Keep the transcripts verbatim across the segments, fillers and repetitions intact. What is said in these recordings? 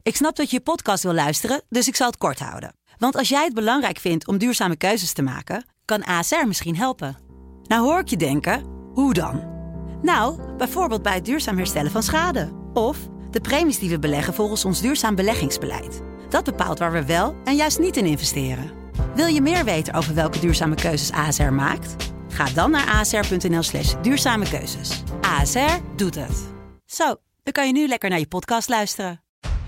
Ik snap dat je je podcast wil luisteren, dus ik zal het kort houden. Want als jij het belangrijk vindt om duurzame keuzes te maken, kan A S R misschien helpen. Nou hoor ik je denken, hoe dan? Nou, bijvoorbeeld bij het duurzaam herstellen van schade. Of de premies die we beleggen volgens ons duurzaam beleggingsbeleid. Dat bepaalt waar we wel en juist niet in investeren. Wil je meer weten over welke duurzame keuzes A S R maakt? Ga dan naar asr.nl slash duurzame keuzes. A S R doet het. Zo, dan kan je nu lekker naar je podcast luisteren.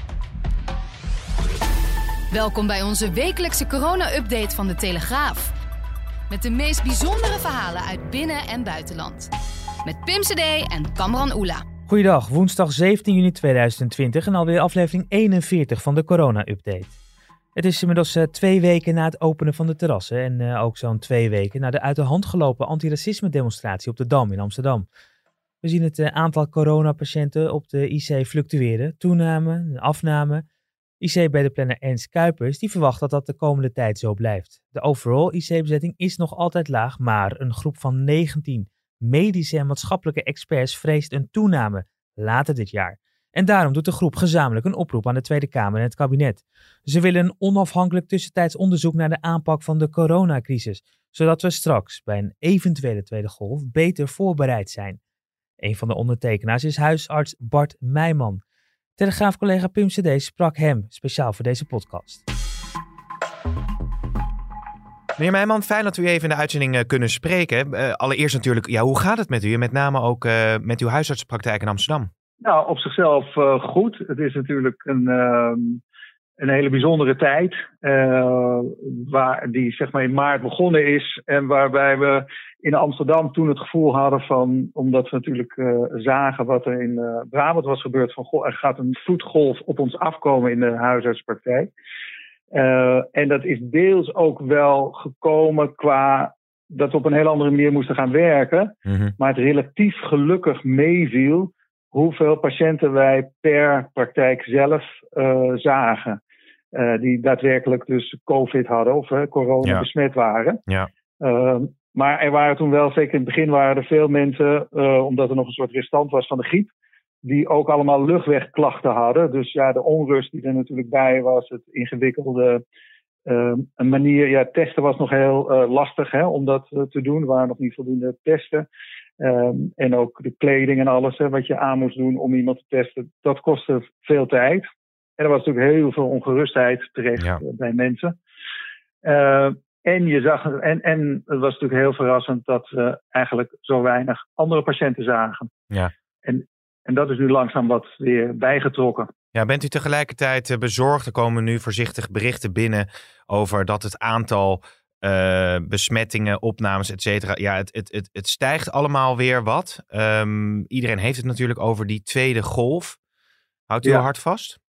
Welkom bij onze wekelijkse corona-update van De Telegraaf. Met de meest bijzondere verhalen uit binnen- en buitenland. Met Pim C D en Kamran Oela. Goeiedag, woensdag zeventien juni tweeduizend twintig en alweer aflevering eenenveertig van de corona-update. Het is inmiddels uh, twee weken na het openen van de terrassen en uh, ook zo'n twee weken na de uit de hand gelopen antiracisme-demonstratie op de Dam in Amsterdam. We zien het uh, aantal coronapatiënten op de I C fluctueren, toename, afname. I C-beddenplanner Ernst Kuipers die verwacht dat dat de komende tijd zo blijft. De overall I C-bezetting is nog altijd laag, maar een groep van negentien medische en maatschappelijke experts vreest een toename later dit jaar. En daarom doet de groep gezamenlijk een oproep aan de Tweede Kamer en het kabinet. Ze willen een onafhankelijk tussentijds onderzoek naar de aanpak van de coronacrisis, zodat we straks bij een eventuele tweede golf beter voorbereid zijn. Een van de ondertekenaars is huisarts Bart Meijman. Telegraaf-collega Pim C D sprak hem speciaal voor deze podcast. Meneer Meijman, fijn dat we u even in de uitzending uh, kunnen spreken. Uh, allereerst natuurlijk, ja, hoe gaat het met u? En met name ook uh, met uw huisartsenpraktijk in Amsterdam. Nou, op zichzelf uh, goed. Het is natuurlijk een, uh, een hele bijzondere tijd. Uh, waar die zeg maar in maart begonnen is. En waarbij we in Amsterdam toen het gevoel hadden van, omdat we natuurlijk uh, zagen wat er in uh, Brabant was gebeurd, van goh, er gaat een vloedgolf op ons afkomen in de huisartsenpraktijk. Uh, en dat is deels ook wel gekomen qua dat we op een heel andere manier moesten gaan werken. Mm-hmm. Maar het relatief gelukkig meeviel hoeveel patiënten wij per praktijk zelf uh, zagen. Uh, die daadwerkelijk dus COVID hadden of uh, corona ja. besmet waren. Ja. Uh, maar er waren toen wel, zeker in het begin waren er veel mensen, uh, omdat er nog een soort restant was van de griep, die ook allemaal luchtwegklachten hadden. Dus ja, de onrust die er natuurlijk bij was, het ingewikkelde uh, een manier. Ja, testen was nog heel uh, lastig hè, om dat uh, te doen. Er waren nog niet voldoende testen. Um, en ook de kleding en alles hè, wat je aan moest doen om iemand te testen, dat kostte veel tijd. En er was natuurlijk heel veel ongerustheid terecht ja. uh, bij mensen. Uh, en je zag, en, en het was natuurlijk heel verrassend dat we eigenlijk zo weinig andere patiënten zagen. Ja. En, en dat is nu langzaam wat weer bijgetrokken. Ja, bent u tegelijkertijd bezorgd? Er komen nu voorzichtig berichten binnen over dat het aantal uh, besmettingen, opnames, et cetera. Ja, het, het, het, het stijgt allemaal weer wat. Um, iedereen heeft het natuurlijk over die tweede golf. Houdt u ja. uw hart vast?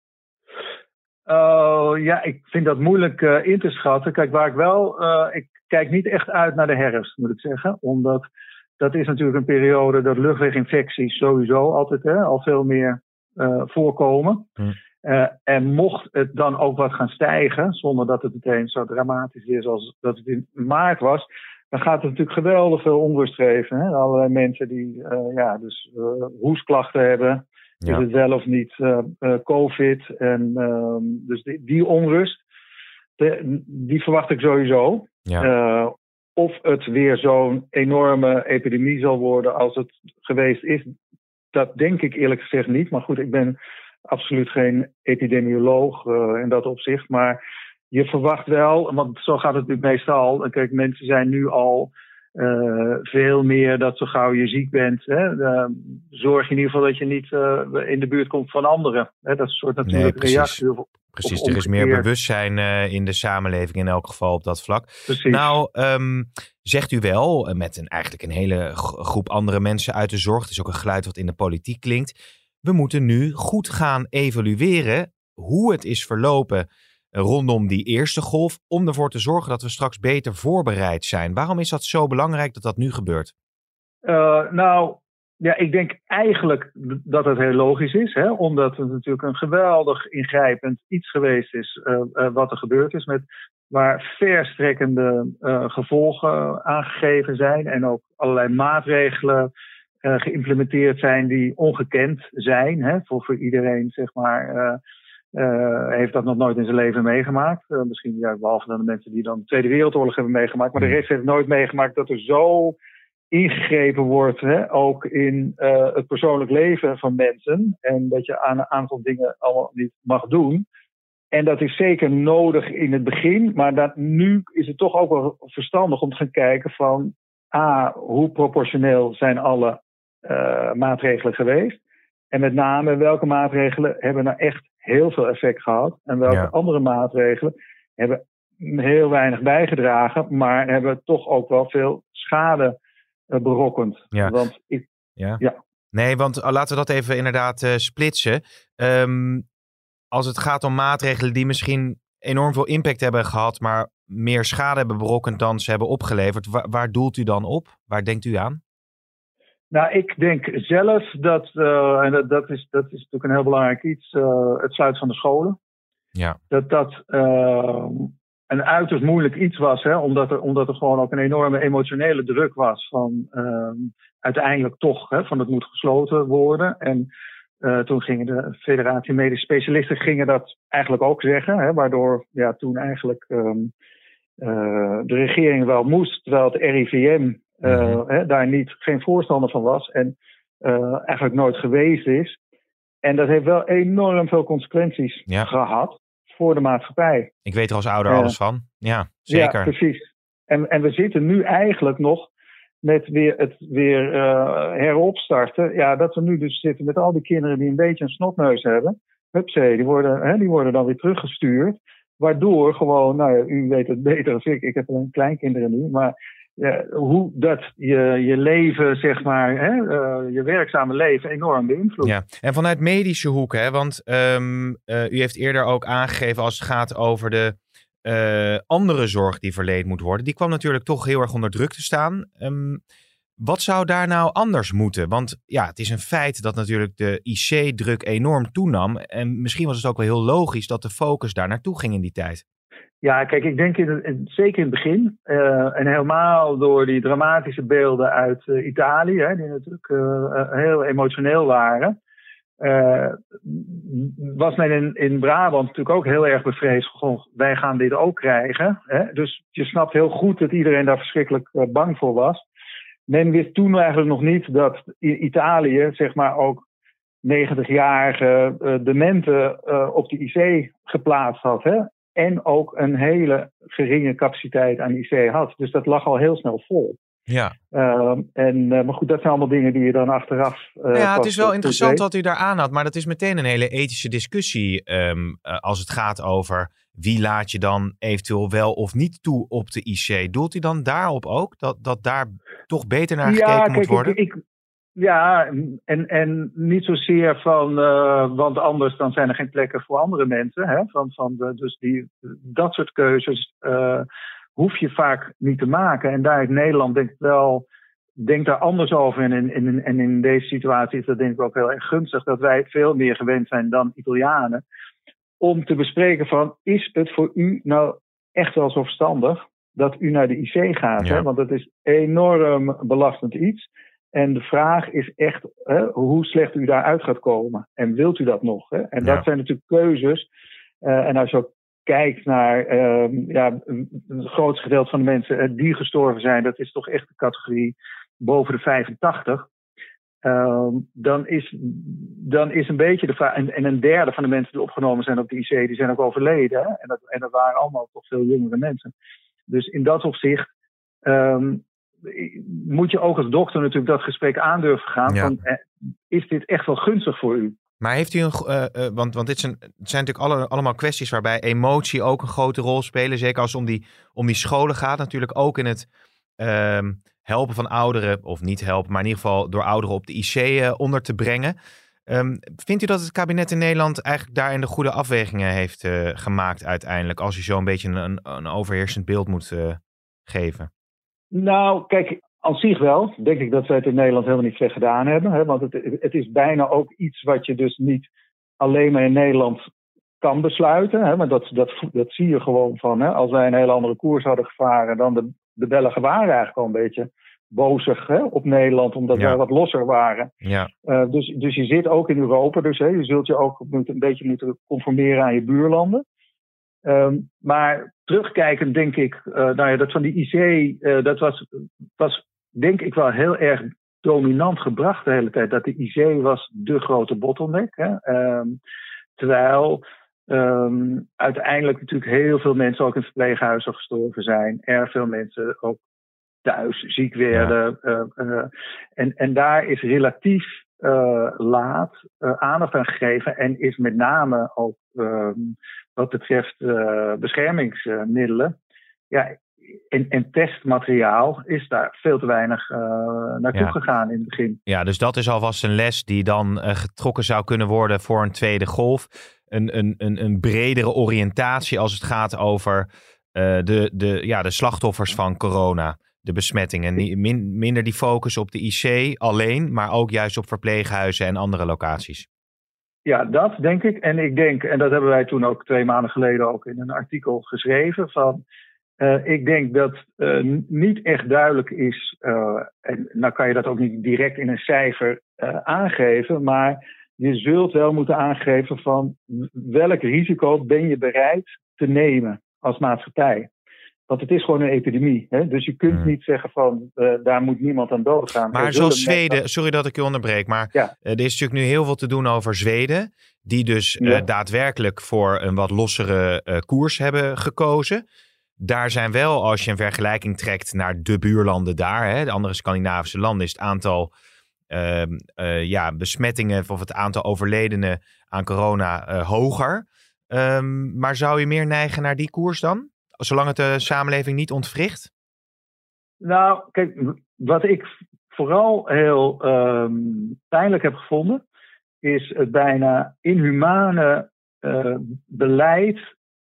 Uh, ja, ik vind dat moeilijk uh, in te schatten. Kijk, waar ik wel, uh, ik kijk niet echt uit naar de herfst, moet ik zeggen. Omdat dat is natuurlijk een periode dat luchtweginfecties sowieso altijd hè, al veel meer uh, voorkomen. Hmm. Uh, en mocht het dan ook wat gaan stijgen, zonder dat het meteen zo dramatisch is als dat het in maart was, dan gaat het natuurlijk geweldig veel onrust geven. Hè? Allerlei mensen die uh, ja, dus uh, hoestklachten hebben. Ja. Is het wel of niet uh, uh, COVID? En uh, dus die, die onrust, de, die verwacht ik sowieso. Ja. Uh, of het weer zo'n enorme epidemie zal worden als het geweest is, dat denk ik eerlijk gezegd niet. Maar goed, ik ben absoluut geen epidemioloog uh, in dat opzicht. Maar je verwacht wel, want zo gaat het natuurlijk meestal. Kijk, mensen zijn nu al Uh, veel meer dat zo gauw je ziek bent, hè, uh, zorg je in ieder geval dat je niet uh, in de buurt komt van anderen. Hè, dat is een soort natuurlijke nee, reactie. Of, precies, of er is meer bewustzijn uh, in de samenleving in elk geval op dat vlak. Precies. Nou, um, zegt u wel, uh, met een, eigenlijk een hele groep andere mensen uit de zorg, het is ook een geluid wat in de politiek klinkt, we moeten nu goed gaan evalueren hoe het is verlopen rondom die eerste golf, om ervoor te zorgen dat we straks beter voorbereid zijn. Waarom is dat zo belangrijk dat dat nu gebeurt? Uh, nou, ja, ik denk eigenlijk dat het heel logisch is, hè, omdat het natuurlijk een geweldig ingrijpend iets geweest is uh, uh, wat er gebeurd is, met waar verstrekkende uh, gevolgen aangegeven zijn en ook allerlei maatregelen uh, geïmplementeerd zijn die ongekend zijn, hè, voor, voor iedereen, zeg maar, uh, uh, heeft dat nog nooit in zijn leven meegemaakt. Uh, misschien ja, behalve dan de mensen die dan de Tweede Wereldoorlog hebben meegemaakt. Maar de rest heeft nooit meegemaakt dat er zo ingegrepen wordt, hè, ook in uh, het persoonlijk leven van mensen. En dat je aan een aantal dingen allemaal niet mag doen. En dat is zeker nodig in het begin. Maar dat, nu is het toch ook wel verstandig om te gaan kijken van A, hoe proportioneel zijn alle uh, maatregelen geweest. En met name welke maatregelen hebben nou echt heel veel effect gehad. En welke ja. andere maatregelen hebben heel weinig bijgedragen. Maar hebben toch ook wel veel schade berokkend. Ja. Want ik, ja. ja. Nee, want laten we dat even inderdaad uh, splitsen. Um, als het gaat om maatregelen die misschien enorm veel impact hebben gehad, maar meer schade hebben berokkend dan ze hebben opgeleverd. Waar, waar doelt u dan op? Waar denkt u aan? Nou, ik denk zelf dat, uh, en dat, dat, is, dat is natuurlijk een heel belangrijk iets, uh, het sluiten van de scholen. Ja. Dat dat uh, een uiterst moeilijk iets was, hè, omdat, er, omdat er gewoon ook een enorme emotionele druk was van uh, uiteindelijk toch, hè, van het moet gesloten worden. En uh, toen gingen de Federatie Medische Specialisten gingen dat eigenlijk ook zeggen, hè, waardoor ja, toen eigenlijk um, uh, de regering wel moest, terwijl het R I V M uh, mm-hmm. hè, daar niet, geen voorstander van was en uh, eigenlijk nooit geweest is. En dat heeft wel enorm veel consequenties ja. gehad voor de maatschappij. Ik weet er als ouder uh, alles van. Ja, zeker. Ja, precies. En, en we zitten nu eigenlijk nog met weer het weer uh, heropstarten. Ja, dat we nu dus zitten met al die kinderen die een beetje een snotneus hebben. Hupsee, die worden, hè, die worden dan weer teruggestuurd. Waardoor gewoon, nou ja, u weet het beter dan ik. Ik heb alleen kleinkinderen nu, maar ja, hoe dat je, je leven, zeg maar, hè, uh, je werkzame leven enorm beïnvloedt. Ja, en vanuit medische hoek, hè, want um, uh, u heeft eerder ook aangegeven als het gaat over de uh, andere zorg die verleend moet worden. Die kwam natuurlijk toch heel erg onder druk te staan. Um, wat zou daar nou anders moeten? Want ja, het is een feit dat natuurlijk de I C-druk enorm toenam. En misschien was het ook wel heel logisch dat de focus daar naartoe ging in die tijd. Ja, kijk, ik denk in het, in, zeker in het begin, uh, en helemaal door die dramatische beelden uit uh, Italië, hè, die natuurlijk uh, heel emotioneel waren, uh, was men in, in Brabant natuurlijk ook heel erg bevreesd. Gewoon, wij gaan dit ook krijgen. Hè? Dus je snapt heel goed dat iedereen daar verschrikkelijk uh, bang voor was. Men wist toen eigenlijk nog niet dat in Italië, zeg maar, ook negentigjarige uh, dementen uh, op de I C geplaatst had, hè? En ook een hele geringe capaciteit aan I C had. Dus dat lag al heel snel vol. Ja. Uh, en, uh, maar goed, dat zijn allemaal dingen die je dan achteraf... Uh, ja, het is wel interessant wat u daar aan had. Maar dat is meteen een hele ethische discussie. Um, uh, als het gaat over wie laat je dan eventueel wel of niet toe op de I C. Doelt u dan daarop ook? Dat, dat daar toch beter naar gekeken ja, moet kijk, worden? Ik, ik, ja, en, en niet zozeer van... Uh, want anders dan zijn er geen plekken voor andere mensen. Hè? Van, van de, dus die, dat soort keuzes uh, hoef je vaak niet te maken. En daar heeft Nederland denk ik wel... Denk daar anders over. En in, in, en in deze situatie is dat denk ik ook heel erg gunstig... dat wij veel meer gewend zijn dan Italianen... om te bespreken van... is het voor u nou echt wel zo verstandig... dat u naar de I C gaat? Ja. Hè? Want dat is enorm belastend iets... En de vraag is echt hè, hoe slecht u daaruit gaat komen. En wilt u dat nog? Hè? En ja. dat zijn natuurlijk keuzes. Uh, en als je ook kijkt naar uh, ja, het grootste gedeelte van de mensen uh, die gestorven zijn. Dat is toch echt de categorie boven de vijfentachtig. Uh, dan, is, dan is een beetje de vraag... En, en een derde van de mensen die opgenomen zijn op de I C... die zijn ook overleden. Hè? En, dat, en dat waren allemaal toch veel jongere mensen. Dus in dat opzicht... Um, moet je ook als dokter natuurlijk dat gesprek aandurven gaan. Ja. Van, eh, is dit echt wel gunstig voor u? Maar heeft u een... Uh, uh, want, want dit zijn, het zijn natuurlijk alle, allemaal kwesties waarbij emotie ook een grote rol spelen. Zeker als het om die, om die scholen gaat. Natuurlijk ook in het uh, helpen van ouderen. Of niet helpen, maar in ieder geval door ouderen op de I C uh, onder te brengen. Um, vindt u dat het kabinet in Nederland eigenlijk daarin de goede afwegingen heeft uh, gemaakt uiteindelijk? Als u zo een beetje een, een overheersend beeld moet uh, geven. Nou, kijk, aan zich wel. Denk ik dat wij het in Nederland helemaal niet slecht gedaan hebben. Hè? Want het, het is bijna ook iets wat je dus niet alleen maar in Nederland kan besluiten. Hè? Maar dat, dat, dat zie je gewoon van. Hè? Als wij een hele andere koers hadden gevaren, dan de, de Belgen waren eigenlijk al een beetje bozig hè, op Nederland, omdat Ja. wij wat losser waren. Ja, Uh, dus, dus je zit ook in Europa, dus hè, je zult je ook moet, een beetje moeten conformeren aan je buurlanden. Um, maar terugkijkend denk ik, uh, nou ja, dat van die I C, uh, dat was, was denk ik wel heel erg dominant gebracht de hele tijd. Dat de I C was de grote bottleneck. Hè. Um, terwijl um, uiteindelijk natuurlijk heel veel mensen ook in verpleeghuizen gestorven zijn. Erg veel mensen ook thuis ziek werden. Ja. Uh, uh, en, en daar is relatief uh, laat uh, aandacht aan gegeven. En is met name ook um, wat betreft uh, beschermingsmiddelen. Ja, en, en testmateriaal is daar veel te weinig uh, naartoe ja. gegaan in het begin. Ja, dus dat is alvast een les die dan uh, getrokken zou kunnen worden voor een tweede golf. Een, een, een, een bredere oriëntatie als het gaat over uh, de, de, ja, de slachtoffers van corona. De besmettingen. Min, minder die focus op de I C alleen, maar ook juist op verpleeghuizen en andere locaties. Ja, dat denk ik. En ik denk, en dat hebben wij toen ook twee maanden geleden ook in een artikel geschreven, van uh, ik denk dat uh, niet echt duidelijk is, uh, en nou kan je dat ook niet direct in een cijfer uh, aangeven, maar je zult wel moeten aangeven van welk risico ben je bereid te nemen als maatschappij. Want het is gewoon een epidemie. Hè? Dus je kunt hmm. niet zeggen van uh, daar moet niemand aan doodgaan. Maar zoals Zweden, met... sorry dat ik je onderbreek, maar ja. uh, er is natuurlijk nu heel veel te doen over Zweden. Die dus uh, ja. daadwerkelijk voor een wat lossere uh, koers hebben gekozen. Daar zijn wel, als je een vergelijking trekt naar de buurlanden daar, hè, de andere Scandinavische landen, is het aantal uh, uh, ja, besmettingen of het aantal overledenen aan corona uh, hoger. Um, maar zou je meer neigen naar die koers dan? Zolang het de samenleving niet ontwricht? Nou, kijk, wat ik vooral heel um, pijnlijk heb gevonden, is het bijna inhumane uh, beleid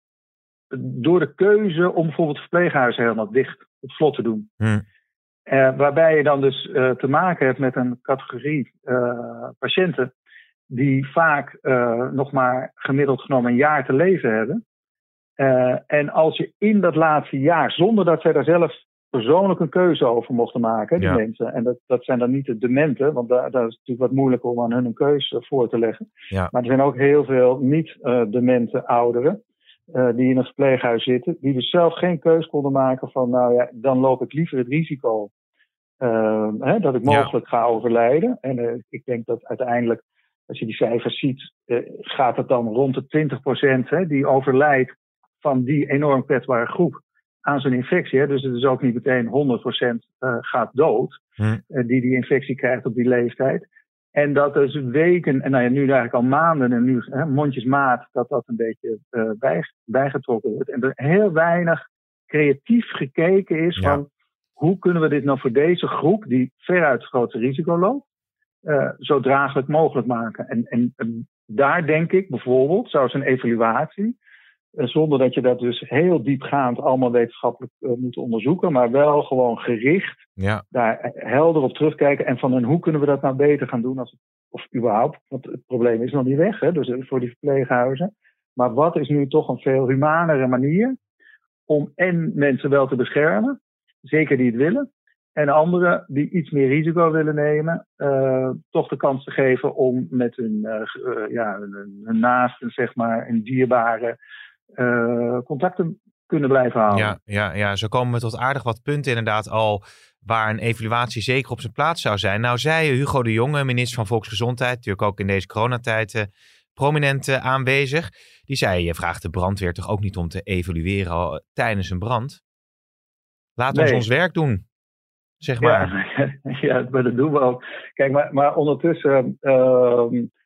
door de keuze om bijvoorbeeld verpleeghuizen helemaal dicht op slot te doen. Hmm. Uh, waarbij je dan dus uh, te maken hebt met een categorie uh, patiënten die vaak uh, nog maar gemiddeld genomen een jaar te leven hebben. Uh, en als je in dat laatste jaar, zonder dat zij daar zelf persoonlijk een keuze over mochten maken, die ja. mensen, en dat, dat zijn dan niet de dementen, want daar, daar is het natuurlijk wat moeilijker om aan hun een keuze voor te leggen. Ja. Maar er zijn ook heel veel niet-demente uh, ouderen uh, die in een verpleeghuis zitten, die dus zelf geen keuze konden maken van, nou ja, dan loop ik liever het risico uh, hè, dat ik mogelijk ja. ga overlijden. En uh, ik denk dat uiteindelijk, als je die cijfers ziet, uh, gaat het dan rond de twintig procent hè, die overlijdt van die enorm kwetsbare groep aan zo'n infectie. Hè. Dus het is ook niet meteen honderd procent uh, gaat dood. Hm. Uh, die die infectie krijgt op die leeftijd. En dat dus weken, en nou ja, nu eigenlijk al maanden en nu hè, mondjesmaat, dat dat een beetje uh, bij, bijgetrokken wordt. En er heel weinig creatief gekeken is ja. van hoe kunnen we dit nou voor deze groep, die veruit het grootste risico loopt, uh, zo draaglijk mogelijk maken. En, en, en daar denk ik bijvoorbeeld, zou zo'n evaluatie, zonder dat je dat dus heel diepgaand allemaal wetenschappelijk uh, moet onderzoeken, maar wel gewoon gericht ja. daar helder op terugkijken. En van en hoe kunnen we dat nou beter gaan doen, als het, of überhaupt, want het probleem is nog niet weg, hè, dus voor die verpleeghuizen. Maar wat is nu toch een veel humanere manier om en mensen wel te beschermen, zeker die het willen, en anderen die iets meer risico willen nemen, uh, toch de kans te geven om met hun, uh, uh, ja, hun, hun naasten, zeg maar, een dierbare Uh, contacten kunnen blijven houden. Ja, ja, ja, zo komen we tot aardig wat punten inderdaad al waar een evaluatie zeker op zijn plaats zou zijn. Nou zei Hugo de Jonge, minister van Volksgezondheid, natuurlijk ook in deze coronatijd uh, prominent uh, aanwezig. Die zei, je vraagt de brandweer toch ook niet om te evalueren al, tijdens een brand? Laat nee. ons ons werk doen, zeg maar. Ja, ja, maar dat doen we ook. Kijk, maar, maar ondertussen uh,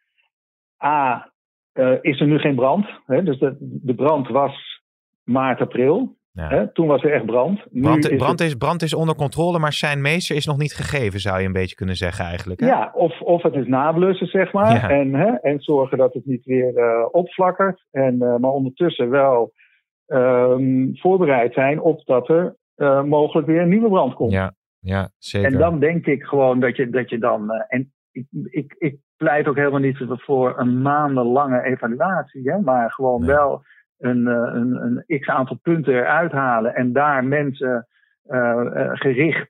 A... Uh, is er nu geen brand. Hè? Dus de, de brand was maart, april. Ja. Hè? Toen was er echt brand. Nu brand, is brand, het... is, brand is onder controle, maar zijn meester is nog niet gegeven, zou je een beetje kunnen zeggen eigenlijk. Hè? Ja, of, of het is nablussen, zeg maar. Ja. En, hè, en zorgen dat het niet weer uh, opflakkert. En, uh, maar ondertussen wel um, voorbereid zijn op dat er uh, mogelijk weer een nieuwe brand komt. Ja, ja, zeker. En dan denk ik gewoon dat je, dat je dan... Uh, en ik, ik, ik pleit ook helemaal niet voor een maandenlange evaluatie, hè, maar gewoon nee. wel een, een, een x aantal punten eruit halen en daar mensen uh, uh, gericht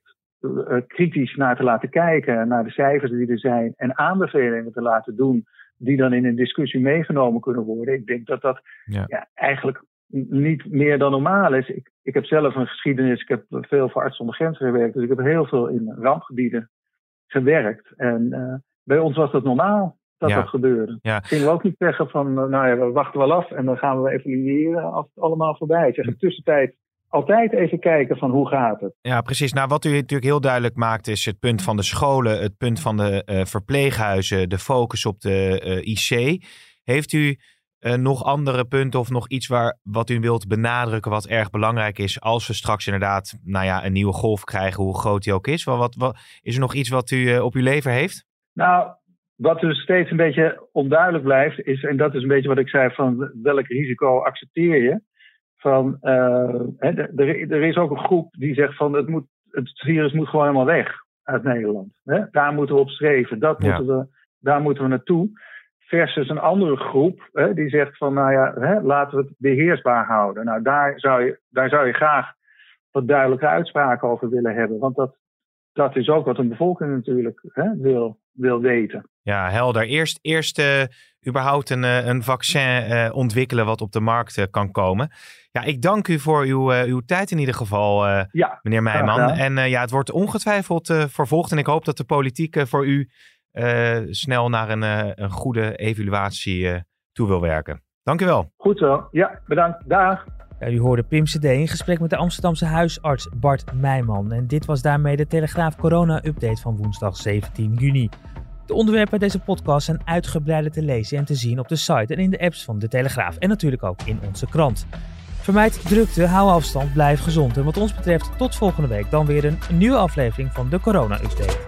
uh, kritisch naar te laten kijken, naar de cijfers die er zijn en aanbevelingen te laten doen die dan in een discussie meegenomen kunnen worden. Ik denk dat dat ja. Ja, eigenlijk niet meer dan normaal is. Ik, ik heb zelf een geschiedenis, ik heb veel voor Artsen zonder Grenzen gewerkt, dus ik heb heel veel in rampgebieden gewerkt. En uh, bij ons was dat normaal dat ja. dat gebeurde. Ja. Gingen we ook niet zeggen van, uh, nou ja, we wachten wel af en dan gaan we evalueren als het allemaal voorbij is. In de tussentijd altijd even kijken van hoe gaat het. Ja, precies. Nou, wat u natuurlijk heel duidelijk maakt is het punt van de scholen, het punt van de uh, verpleeghuizen, de focus op de uh, I C. Heeft u uh, nog andere punten of nog iets waar wat u wilt benadrukken wat erg belangrijk is als we straks inderdaad, nou ja, een nieuwe golf krijgen, hoe groot die ook is? Wat, wat, wat, is er nog iets wat u uh, op uw lever heeft? Nou, wat dus steeds een beetje onduidelijk blijft is, en dat is een beetje wat ik zei van welk risico accepteer je? Van, uh, he, er, er is ook een groep die zegt van het, moet, het virus moet gewoon helemaal weg uit Nederland. He? Daar moeten we op streven, dat ja. moeten we, daar moeten we naartoe. Versus een andere groep he, die zegt van nou ja, he, laten we het beheersbaar houden. Nou, daar zou je, daar zou je graag wat duidelijke uitspraken over willen hebben. Want dat, dat is ook wat een bevolking natuurlijk he, wil, wil weten. Ja, helder. Eerst, eerst uh, überhaupt een, een vaccin uh, ontwikkelen wat op de markt uh, kan komen. Ja, ik dank u voor uw, uh, uw tijd in ieder geval, uh, ja, meneer Meijman. En uh, ja, het wordt ongetwijfeld uh, vervolgd. En ik hoop dat de politiek uh, voor u uh, snel naar een, uh, een goede evaluatie uh, toe wil werken. Dank u wel. Goed zo. Ja, bedankt. Dag. Ja, u hoorde Pim C D in gesprek met de Amsterdamse huisarts Bart Meijman. En dit was daarmee de Telegraaf Corona-update van woensdag zeventien juni. De onderwerpen uit deze podcast zijn uitgebreider te lezen en te zien op de site en in de apps van de Telegraaf. En natuurlijk ook in onze krant. Vermijd drukte, hou afstand, blijf gezond. En wat ons betreft tot volgende week dan weer een nieuwe aflevering van de Corona-update.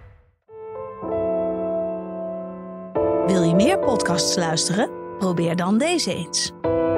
Wil je meer podcasts luisteren? Probeer dan deze eens.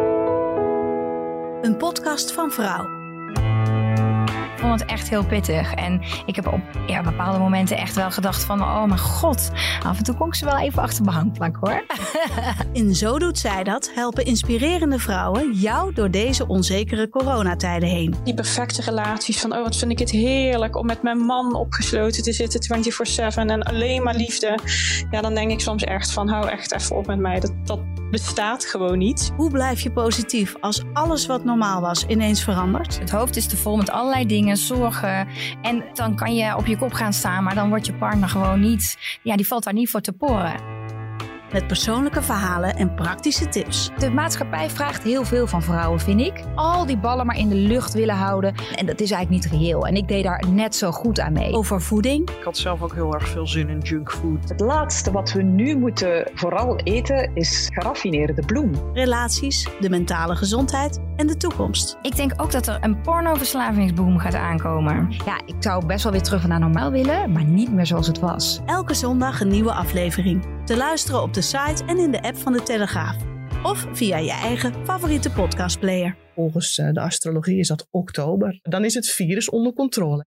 Een podcast van Vrouw. Ik vond het echt heel pittig. En ik heb op ja, bepaalde momenten echt wel gedacht van, oh mijn god, af en toe kon ik ze wel even achter mijn hangplank hoor. In Zo Doet Zij Dat helpen inspirerende vrouwen jou door deze onzekere coronatijden heen. Die perfecte relaties van, oh wat vind ik het heerlijk om met mijn man opgesloten te zitten vierentwintig zeven en alleen maar liefde. Ja, dan denk ik soms echt van, hou echt even op met mij. Dat, dat bestaat gewoon niet. Hoe blijf je positief als alles wat normaal was ineens verandert? Het hoofd is te vol met allerlei dingen, zorgen. En dan kan je op je kop gaan staan, maar dan wordt je partner gewoon niet, ja, die valt daar niet voor te poren. Met persoonlijke verhalen en praktische tips. De maatschappij vraagt heel veel van vrouwen, vind ik. Al die ballen maar in de lucht willen houden. En dat is eigenlijk niet reëel. En ik deed daar net zo goed aan mee. Over voeding. Ik had zelf ook heel erg veel zin in junkfood. Het laatste wat we nu moeten vooral eten is geraffineerde bloem. Relaties, de mentale gezondheid en de toekomst. Ik denk ook dat er een pornoverslavingsboom gaat aankomen. Ja, ik zou best wel weer terug naar normaal willen, maar niet meer zoals het was. Elke zondag een nieuwe aflevering. Te luisteren op de site en in de app van de Telegraaf. Of via je eigen favoriete podcastplayer. Volgens de astrologie is dat oktober. Dan is het virus onder controle.